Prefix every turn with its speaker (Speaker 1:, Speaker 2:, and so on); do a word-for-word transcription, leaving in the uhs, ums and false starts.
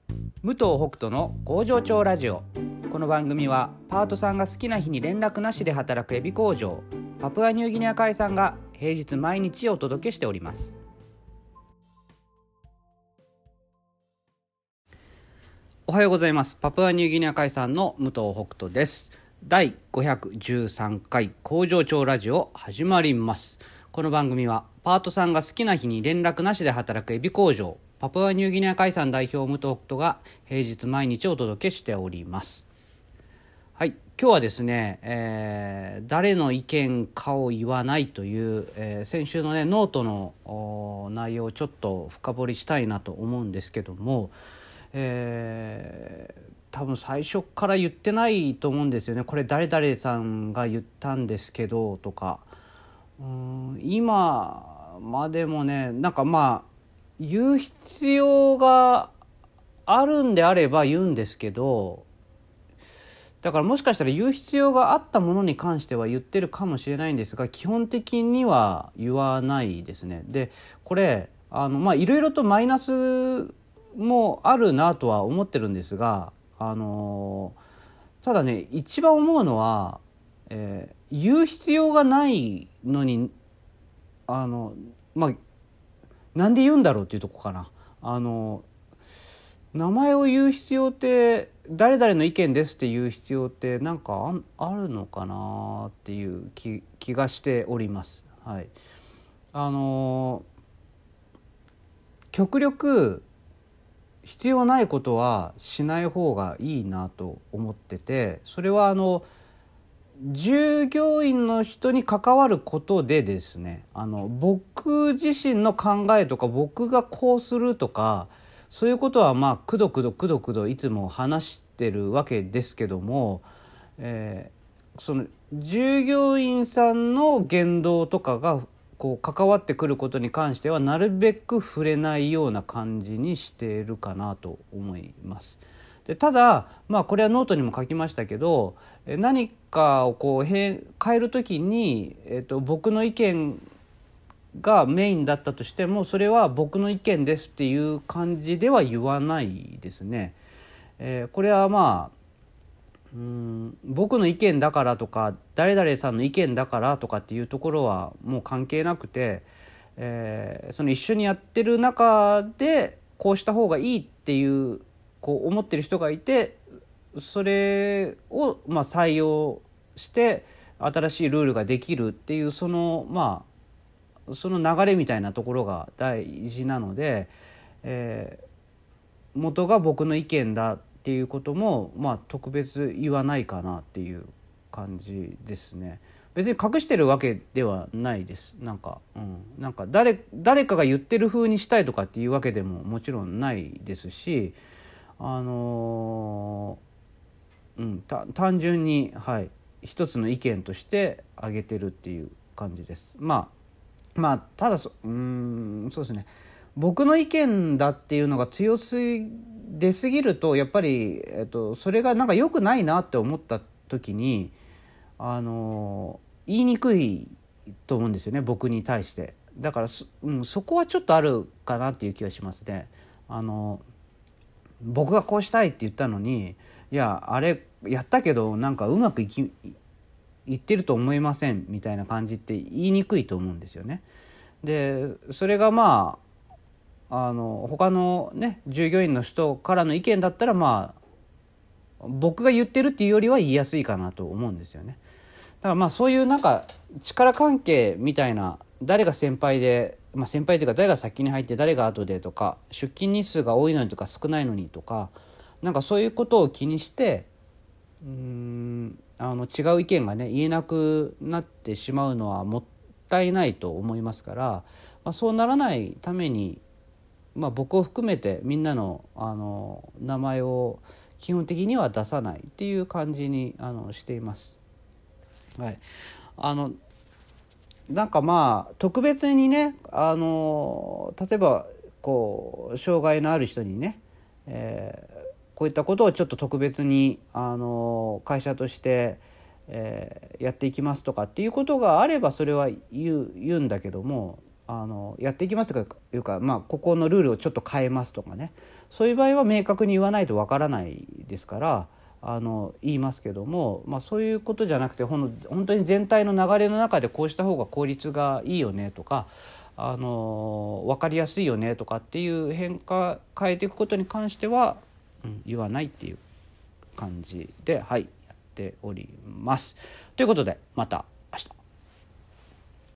Speaker 1: 武藤北斗の工場長ラジオ。この番組はパートさんが好きな日に連絡なしで働くエビ工場パプアニューギニア海産が平日毎日お届けしております。おはようございます。パプアニューギニア海産の武藤北斗です。だいごひゃくじゅうさんかい工場長ラジオ始まります。この番組はパートさんが好きな日に連絡なしで働くエビ工場パプアニューギニア海産代表武藤北斗が平日毎日お届けしております。はい、今日はですね、えー、誰の意見かを言わないという、えー、先週のねノートの内容をちょっと深掘りしたいなと思うんですけども、えー、多分最初から言ってないと思うんですよね。これ誰々さんが言ったんですけどとか、うーん今までもね、なんかまあ言う必要があるんであれば言うんですけど、だからもしかしたら言う必要があったものに関しては言ってるかもしれないんですが、基本的には言わないですね。でこれあのまあいろいろとマイナスもあるなとは思ってるんですが、あのただね一番思うのは、えー、言う必要がないのにあのまあなんで言うんだろうっていうとこかな。あの名前を言う必要って誰々の意見ですっていう必要ってなんか あ, あるのかなっていう 気, 気がしております。はい、あの極力必要ないことはしない方がいいなと思ってて、それはあの従業員の人に関わることでですね、あの僕自身の考えとか僕がこうするとかそういうことはまあくどくどくどくどいつも話してるわけですけども、えー、その従業員さんの言動とかがこう関わってくることに関してはなるべく触れないような感じにしているかなと思います。でただまあこれはノートにも書きましたけど、何かをこう変えるときに、えっと、僕の意見がメインだったとしてもそれは僕の意見ですっていう感じでは言わないですね。えー、これはまあうーん僕の意見だからとか誰々さんの意見だからとかっていうところはもう関係なくて、えー、その一緒にやってる中でこうした方がいいっていうこう思ってる人がいて、それをまあ採用して新しいルールができるっていうそのまあその流れみたいなところが大事なので、えー、元が僕の意見だっていうこともまあ特別言わないかなっていう感じですね。別に隠してるわけではないです。なんか、うん、なんか 誰, 誰かが言ってる風にしたいとかっていうわけでももちろんないですし、あのー、うん、単純に、はい、一つの意見として挙げてるっていう感じです。まあまあただそ、うーん、そうですね。僕の意見だっていうのが強す出すぎるとやっぱり、えっと、それがなんか良くないなって思った時に、あの言いにくいと思うんですよね、僕に対して。だから そ,、うん、そこはちょっとあるかなっていう気がしますね。あの僕がこうしたいって言ったのに、いやあれやったけどなんかうまくいきいってると思いませんみたいな感じって言いにくいと思うんですよね。でそれがまああの他のね従業員の人からの意見だったらまあ僕が言ってるっていうよりは言いやすいかなと思うんですよね。だからまあそういうなんか力関係みたいな、誰が先輩で、まあ、先輩というか誰が先に入って誰が後でとか、出勤日数が多いのにとか少ないのにとか、なんかそういうことを気にしてうーんあの違う意見がね言えなくなってしまうのはもったいないと思いますから、まあ、そうならないために、まあ、僕を含めてみんなの、あの名前を基本的には出さないっていう感じにあのしています。はい、あのなんかまあ特別にね、あの例えばこう障害のある人にね、えー、こういったことをちょっと特別にあの会社として、えー、やっていきますとかっていうことがあればそれは言う、言うんだけども、 あのやっていきますとかいうか、まあ、ここのルールをちょっと変えますとかね、そういう場合は明確に言わないとわからないですからあの言いますけども、まあ、そういうことじゃなくてほん本当に全体の流れの中でこうした方が効率がいいよねとかあの分かりやすいよねとかっていう変化変えていくことに関しては、うん、言わないっていう感じで、はい、やっております。ということでまた。